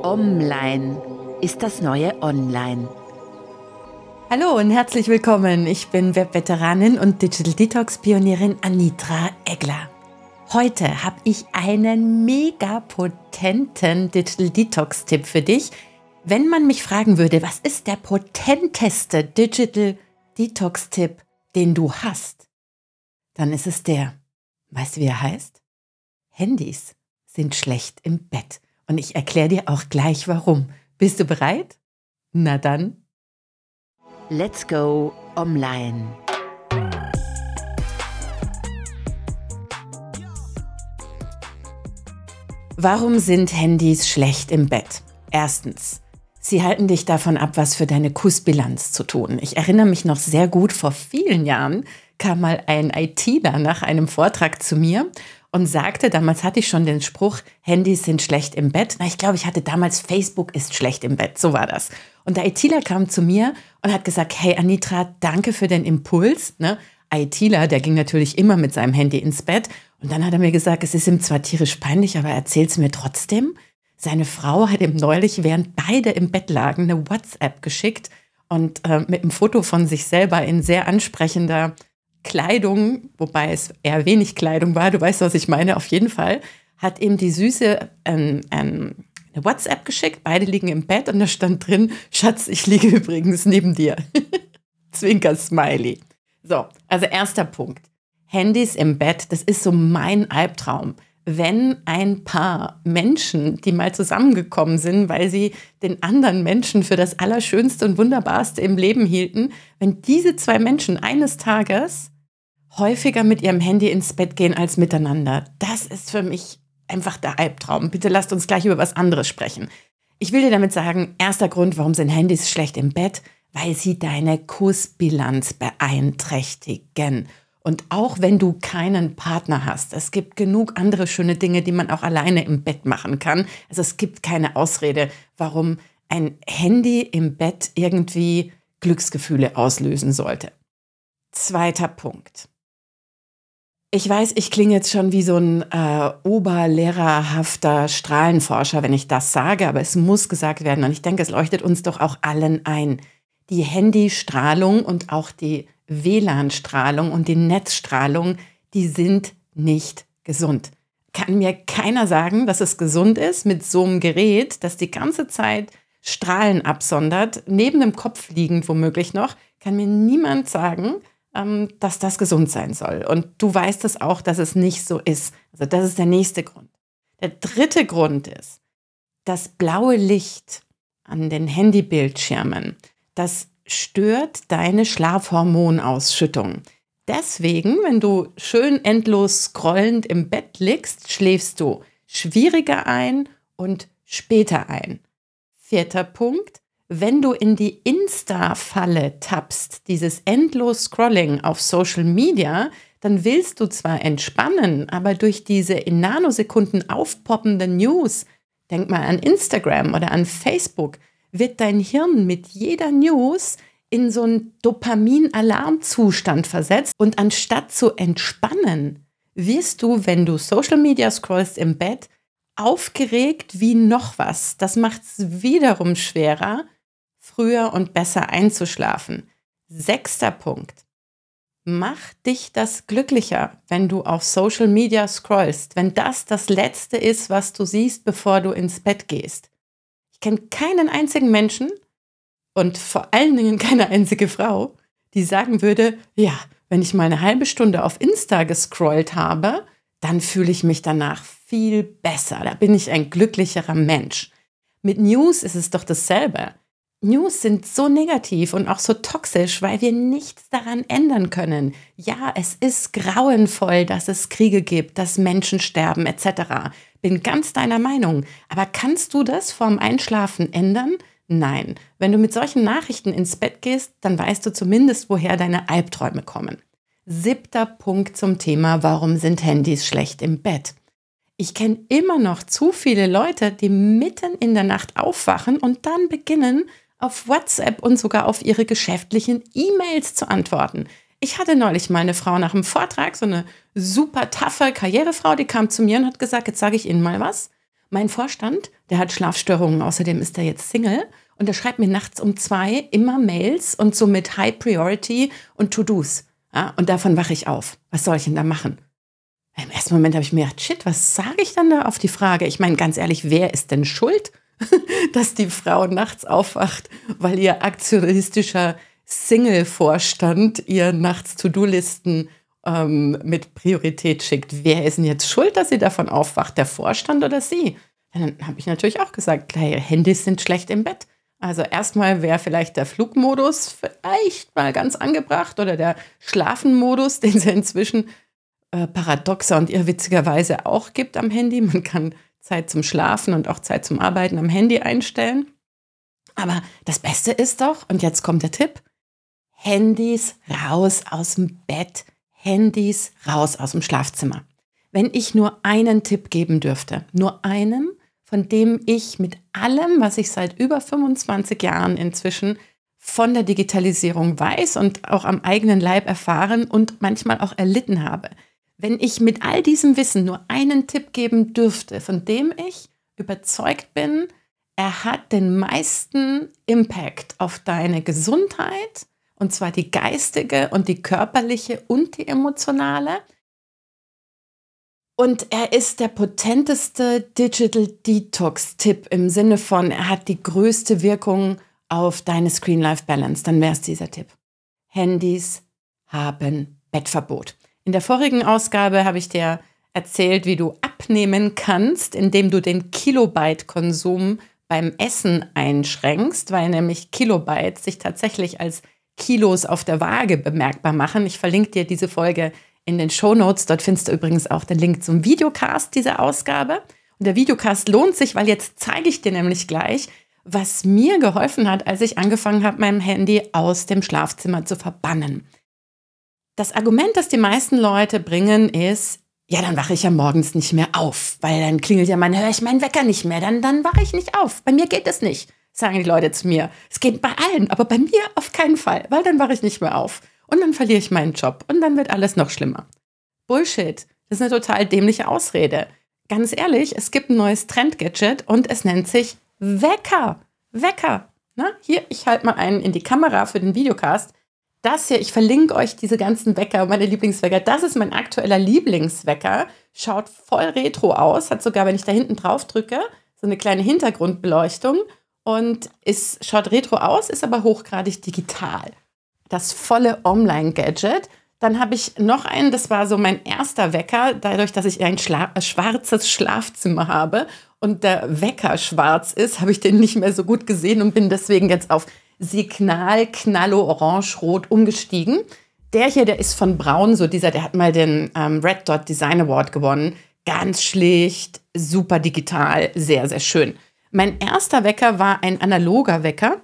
Online ist das neue Online. Hallo und herzlich willkommen. Ich bin Webveteranin und Digital Detox Pionierin Anitra Egler. Heute habe ich einen mega potenten Digital Detox Tipp für dich. Wenn man mich fragen würde, was ist der potenteste Digital Detox Tipp, den du hast, dann ist es der. Weißt du, wie er heißt? Handys sind schlecht im Bett. Und ich erkläre dir auch gleich warum. Bist du bereit? Na dann. Let's go online. Warum sind Handys schlecht im Bett? Erstens, sie halten dich davon ab, was für deine Kussbilanz zu tun. Ich erinnere mich noch sehr gut, vor vielen Jahren kam mal ein ITler nach einem Vortrag zu mir und sagte, damals hatte ich schon den Spruch, Handys sind schlecht im Bett. Ich glaube, ich hatte damals, Facebook ist schlecht im Bett, so war das. Und der ITler kam zu mir und hat gesagt, hey Anitra, danke für den Impuls. ITler, der ging natürlich immer mit seinem Handy ins Bett. Und dann hat er mir gesagt, es ist ihm zwar tierisch peinlich, aber er erzählt es mir trotzdem. Seine Frau hat ihm neulich, während beide im Bett lagen, eine WhatsApp geschickt und mit einem Foto von sich selber in sehr ansprechender Kleidung, wobei es eher wenig Kleidung war, du weißt, was ich meine, auf jeden Fall, hat ihm die Süße eine WhatsApp geschickt, beide liegen im Bett und da stand drin, Schatz, ich liege übrigens neben dir. Zwinker-Smiley. So, also erster Punkt. Handys im Bett, das ist so mein Albtraum. Wenn ein paar Menschen, die mal zusammengekommen sind, weil sie den anderen Menschen für das Allerschönste und Wunderbarste im Leben hielten, wenn diese zwei Menschen eines Tages häufiger mit ihrem Handy ins Bett gehen als miteinander, das ist für mich einfach der Albtraum. Bitte lasst uns gleich über was anderes sprechen. Ich will dir damit sagen, erster Grund, warum sind Handys schlecht im Bett, weil sie deine Kussbilanz beeinträchtigen. Und auch wenn du keinen Partner hast, es gibt genug andere schöne Dinge, die man auch alleine im Bett machen kann. Also es gibt keine Ausrede, warum ein Handy im Bett irgendwie Glücksgefühle auslösen sollte. Zweiter Punkt. Ich weiß, ich klinge jetzt schon wie so ein oberlehrerhafter Strahlenforscher, wenn ich das sage, aber es muss gesagt werden und ich denke, es leuchtet uns doch auch allen ein. Die Handystrahlung und auch die WLAN-Strahlung und die Netzstrahlung, die sind nicht gesund. Kann mir keiner sagen, dass es gesund ist mit so einem Gerät, das die ganze Zeit Strahlen absondert, neben dem Kopf liegend womöglich noch, kann mir niemand sagen, dass das gesund sein soll. Und du weißt es auch, dass es nicht so ist. Also das ist der nächste Grund. Der dritte Grund ist, das blaue Licht an den Handybildschirmen, das stört deine Schlafhormonausschüttung. Deswegen, wenn du schön endlos scrollend im Bett liegst, schläfst du schwieriger ein und später ein. Vierter Punkt. Wenn du in die Insta-Falle tappst, dieses endlos Scrolling auf Social Media, dann willst du zwar entspannen, aber durch diese in Nanosekunden aufpoppenden News, denk mal an Instagram oder an Facebook, wird dein Hirn mit jeder News in so einen Dopamin-Alarmzustand versetzt. Und anstatt zu entspannen, wirst du, wenn du Social Media scrollst im Bett, aufgeregt wie noch was. Das macht es wiederum schwerer, früher und besser einzuschlafen. Sechster Punkt. Mach dich das glücklicher, wenn du auf Social Media scrollst, wenn das das Letzte ist, was du siehst, bevor du ins Bett gehst. Ich kenne keinen einzigen Menschen und vor allen Dingen keine einzige Frau, die sagen würde, ja, wenn ich mal eine halbe Stunde auf Insta gescrollt habe, dann fühle ich mich danach viel besser. Da bin ich ein glücklicherer Mensch. Mit News ist es doch dasselbe. News sind so negativ und auch so toxisch, weil wir nichts daran ändern können. Ja, es ist grauenvoll, dass es Kriege gibt, dass Menschen sterben etc. Bin ganz deiner Meinung. Aber kannst du das vorm Einschlafen ändern? Nein. Wenn du mit solchen Nachrichten ins Bett gehst, dann weißt du zumindest, woher deine Albträume kommen. Siebter Punkt zum Thema, warum sind Handys schlecht im Bett? Ich kenne immer noch zu viele Leute, die mitten in der Nacht aufwachen und dann beginnen, auf WhatsApp und sogar auf ihre geschäftlichen E-Mails zu antworten. Ich hatte neulich mal eine Frau nach einem Vortrag, so eine super taffe Karrierefrau, die kam zu mir und hat gesagt, jetzt sage ich Ihnen mal was. Mein Vorstand, der hat Schlafstörungen, außerdem ist er jetzt Single und der schreibt mir nachts um 2 immer Mails und so mit High Priority und To-Dos. Ja, und davon wache ich auf. Was soll ich denn da machen? Im ersten Moment habe ich mir gedacht, shit, was sage ich dann da auf die Frage? Ich meine, ganz ehrlich, wer ist denn schuld, dass die Frau nachts aufwacht, weil ihr aktionistischer Single-Vorstand ihr nachts To-Do-Listen mit Priorität schickt? Wer ist denn jetzt schuld, dass sie davon aufwacht? Der Vorstand oder sie? Dann habe ich natürlich auch gesagt, hey, Handys sind schlecht im Bett. Also erstmal wäre vielleicht der Flugmodus vielleicht mal ganz angebracht oder der Schlafenmodus, den es ja inzwischen paradoxer und irrwitzigerweise auch gibt am Handy. Man kann Zeit zum Schlafen und auch Zeit zum Arbeiten am Handy einstellen. Aber das Beste ist doch, und jetzt kommt der Tipp, Handys raus aus dem Bett, Handys raus aus dem Schlafzimmer. Wenn ich nur einen Tipp geben dürfte, nur einen, von dem ich mit allem, was ich seit über 25 Jahren inzwischen von der Digitalisierung weiß und auch am eigenen Leib erfahren und manchmal auch erlitten habe, wenn ich mit all diesem Wissen nur einen Tipp geben dürfte, von dem ich überzeugt bin, er hat den meisten Impact auf deine Gesundheit, und zwar die geistige und die körperliche und die emotionale. Und er ist der potenteste Digital Detox-Tipp im Sinne von, er hat die größte Wirkung auf deine Screen-Life-Balance. Dann wäre es dieser Tipp. Handys haben Bettverbot. In der vorigen Ausgabe habe ich dir erzählt, wie du abnehmen kannst, indem du den Kilobyte-Konsum beim Essen einschränkst, weil nämlich Kilobytes sich tatsächlich als Kilos auf der Waage bemerkbar machen. Ich verlinke dir diese Folge in den Shownotes. Dort findest du übrigens auch den Link zum Videocast dieser Ausgabe. Und der Videocast lohnt sich, weil jetzt zeige ich dir nämlich gleich, was mir geholfen hat, als ich angefangen habe, mein Handy aus dem Schlafzimmer zu verbannen. Das Argument, das die meisten Leute bringen, ist, ja, dann wache ich ja morgens nicht mehr auf, weil dann klingelt ja höre ich meinen Wecker nicht mehr, dann wache ich nicht auf. Bei mir geht es nicht, sagen die Leute zu mir. Es geht bei allen, aber bei mir auf keinen Fall, weil dann wache ich nicht mehr auf. Und dann verliere ich meinen Job und dann wird alles noch schlimmer. Bullshit, das ist eine total dämliche Ausrede. Ganz ehrlich, es gibt ein neues Trend-Gadget und es nennt sich Wecker. Wecker. Na, hier, ich halte mal einen in die Kamera für den Videocast. Das hier, ich verlinke euch diese ganzen Wecker, meine Lieblingswecker. Das ist mein aktueller Lieblingswecker. Schaut voll retro aus, hat sogar, wenn ich da hinten drauf drücke, so eine kleine Hintergrundbeleuchtung und schaut retro aus, ist aber hochgradig digital. Das volle Online-Gadget. Dann habe ich noch einen, das war so mein erster Wecker, dadurch, dass ich ein schwarzes Schlafzimmer habe und der Wecker schwarz ist, habe ich den nicht mehr so gut gesehen und bin deswegen jetzt auf Signal Knallo Orange Rot umgestiegen. Der hier, der ist von Braun, so der hat mal den Red Dot Design Award gewonnen. Ganz schlicht, super digital, sehr, sehr schön. Mein erster Wecker war ein analoger Wecker.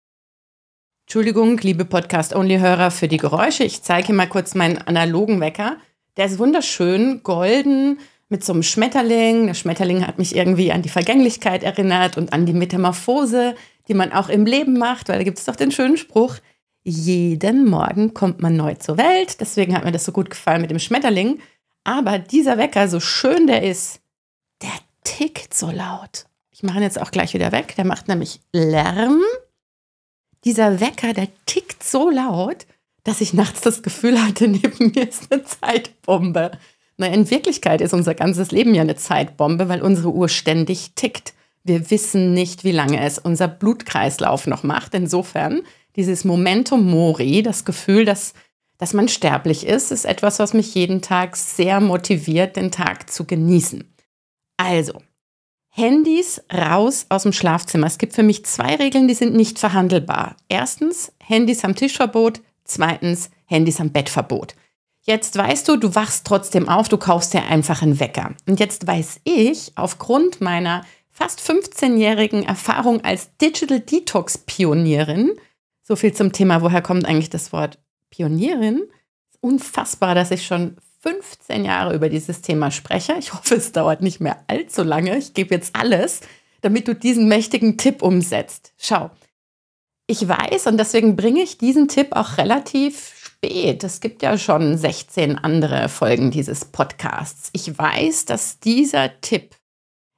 Entschuldigung, liebe Podcast-Only-Hörer, für die Geräusche. Ich zeige hier mal kurz meinen analogen Wecker. Der ist wunderschön, golden, mit so einem Schmetterling. Der Schmetterling hat mich irgendwie an die Vergänglichkeit erinnert und an die Metamorphose, die man auch im Leben macht, weil da gibt es doch den schönen Spruch, jeden Morgen kommt man neu zur Welt. Deswegen hat mir das so gut gefallen mit dem Schmetterling. Aber dieser Wecker, so schön der ist, der tickt so laut. Ich mache ihn jetzt auch gleich wieder weg. Der macht nämlich Lärm. Dieser Wecker, der tickt so laut, dass ich nachts das Gefühl hatte, neben mir ist eine Zeitbombe. Na, in Wirklichkeit ist unser ganzes Leben ja eine Zeitbombe, weil unsere Uhr ständig tickt. Wir wissen nicht, wie lange es unser Blutkreislauf noch macht. Insofern, dieses Momentum mori, das Gefühl, dass man sterblich ist etwas, was mich jeden Tag sehr motiviert, den Tag zu genießen. Also, Handys raus aus dem Schlafzimmer. Es gibt für mich 2 Regeln, die sind nicht verhandelbar. Erstens, Handys haben Tischverbot. Zweitens, Handys haben Bettverbot. Jetzt weißt du, du wachst trotzdem auf, du kaufst dir einfach einen Wecker. Und jetzt weiß ich, aufgrund meiner fast 15-jährigen Erfahrung als Digital Detox-Pionierin, so viel zum Thema, woher kommt eigentlich das Wort Pionierin? Unfassbar, dass ich schon 15 Jahre über dieses Thema spreche. Ich hoffe, es dauert nicht mehr allzu lange. Ich gebe jetzt alles, damit du diesen mächtigen Tipp umsetzt. Schau, ich weiß und deswegen bringe ich diesen Tipp auch relativ spät. Es gibt ja schon 16 andere Folgen dieses Podcasts. Ich weiß, dass dieser Tipp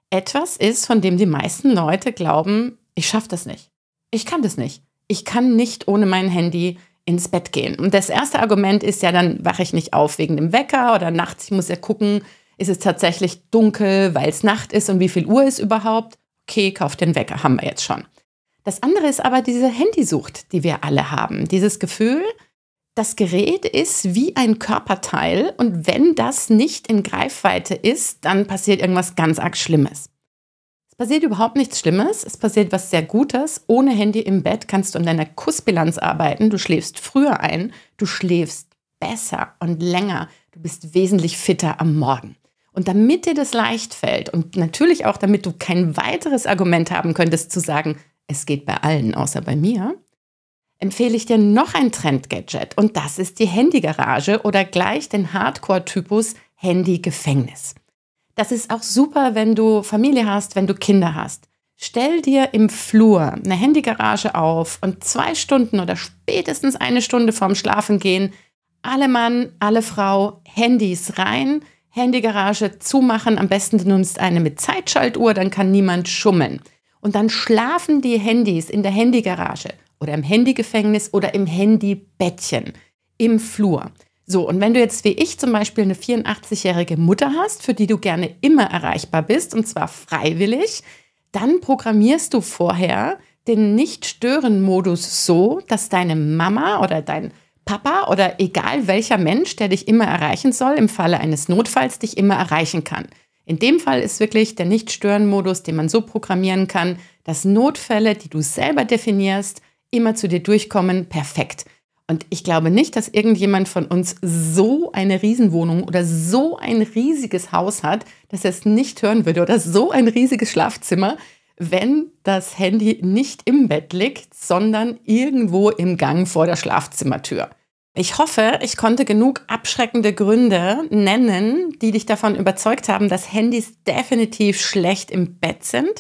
etwas ist, von dem die meisten Leute glauben, ich schaffe das nicht. Ich kann das nicht. Ich kann nicht ohne mein Handy ins Bett gehen. Und das erste Argument ist ja, dann wache ich nicht auf wegen dem Wecker oder nachts. Ich muss ja gucken, ist es tatsächlich dunkel, weil es Nacht ist und wie viel Uhr ist überhaupt? Okay, kauf den Wecker, haben wir jetzt schon. Das andere ist aber diese Handysucht, die wir alle haben. Dieses Gefühl, das Gerät ist wie ein Körperteil und wenn das nicht in Greifweite ist, dann passiert irgendwas ganz arg Schlimmes. Es passiert überhaupt nichts Schlimmes, es passiert was sehr Gutes. Ohne Handy im Bett kannst du an deiner Kussbilanz arbeiten, du schläfst früher ein, du schläfst besser und länger, du bist wesentlich fitter am Morgen. Und damit dir das leicht fällt und natürlich auch damit du kein weiteres Argument haben könntest zu sagen, es geht bei allen außer bei mir, empfehle ich dir noch ein Trendgadget und das ist die Handygarage oder gleich den Hardcore-Typus Handygefängnis. Das ist auch super, wenn du Familie hast, wenn du Kinder hast. Stell dir im Flur eine Handygarage auf und 2 Stunden oder spätestens 1 Stunde vorm Schlafengehen, alle Mann, alle Frau, Handys rein, Handygarage zumachen, am besten du nimmst eine mit Zeitschaltuhr, dann kann niemand schummeln. Und dann schlafen die Handys in der Handygarage oder im Handygefängnis oder im Handybettchen im Flur. So, und wenn du jetzt wie ich zum Beispiel eine 84-jährige Mutter hast, für die du gerne immer erreichbar bist, und zwar freiwillig, dann programmierst du vorher den Nicht-Stören-Modus so, dass deine Mama oder dein Papa oder egal welcher Mensch, der dich immer erreichen soll, im Falle eines Notfalls dich immer erreichen kann. In dem Fall ist wirklich der Nicht-Stören-Modus, den man so programmieren kann, dass Notfälle, die du selber definierst, immer zu dir durchkommen, perfekt. Und ich glaube nicht, dass irgendjemand von uns so eine Riesenwohnung oder so ein riesiges Haus hat, dass er es nicht hören würde oder so ein riesiges Schlafzimmer, wenn das Handy nicht im Bett liegt, sondern irgendwo im Gang vor der Schlafzimmertür. Ich hoffe, ich konnte genug abschreckende Gründe nennen, die dich davon überzeugt haben, dass Handys definitiv schlecht im Bett sind.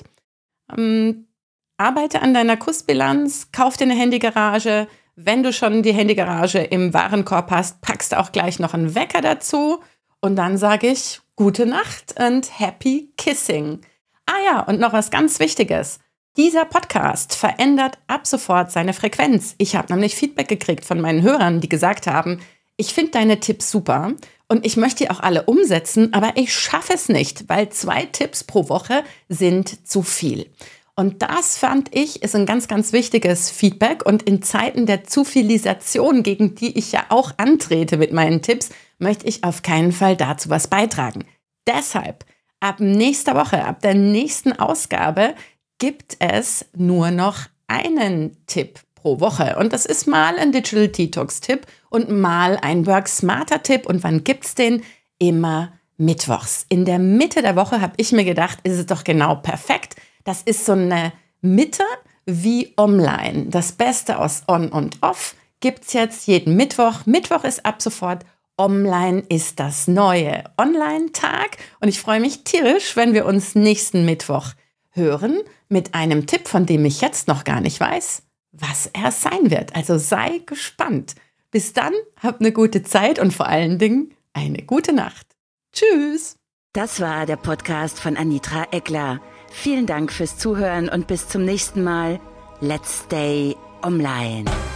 Arbeite an deiner Kussbilanz, kauf dir eine Handygarage. Wenn du schon die Handygarage im Warenkorb hast, packst du auch gleich noch einen Wecker dazu. Und dann sage ich gute Nacht und happy kissing. Ah ja, und noch was ganz Wichtiges. Dieser Podcast verändert ab sofort seine Frequenz. Ich habe nämlich Feedback gekriegt von meinen Hörern, die gesagt haben, ich finde deine Tipps super und ich möchte die auch alle umsetzen, aber ich schaffe es nicht, weil 2 Tipps pro Woche sind zu viel. Und das fand ich, ist ein ganz, ganz wichtiges Feedback. Und in Zeiten der Zufilisation, gegen die ich ja auch antrete mit meinen Tipps, möchte ich auf keinen Fall dazu was beitragen. Deshalb, ab nächster Woche, ab der nächsten Ausgabe, gibt es nur noch einen Tipp pro Woche. Und das ist mal ein Digital Detox-Tipp und mal ein Work Smarter-Tipp. Und wann gibt's den? Immer mittwochs. In der Mitte der Woche habe ich mir gedacht, ist es doch genau perfekt. Das ist so eine Mitte wie online. Das Beste aus On und Off gibt's jetzt jeden Mittwoch. Mittwoch ist ab sofort Online ist das neue Online-Tag. Und ich freue mich tierisch, wenn wir uns nächsten Mittwoch hören mit einem Tipp, von dem ich jetzt noch gar nicht weiß, was er sein wird. Also sei gespannt. Bis dann, habt eine gute Zeit und vor allen Dingen eine gute Nacht. Tschüss. Das war der Podcast von Anitra Eckler. Vielen Dank fürs Zuhören und bis zum nächsten Mal. Let's stay online.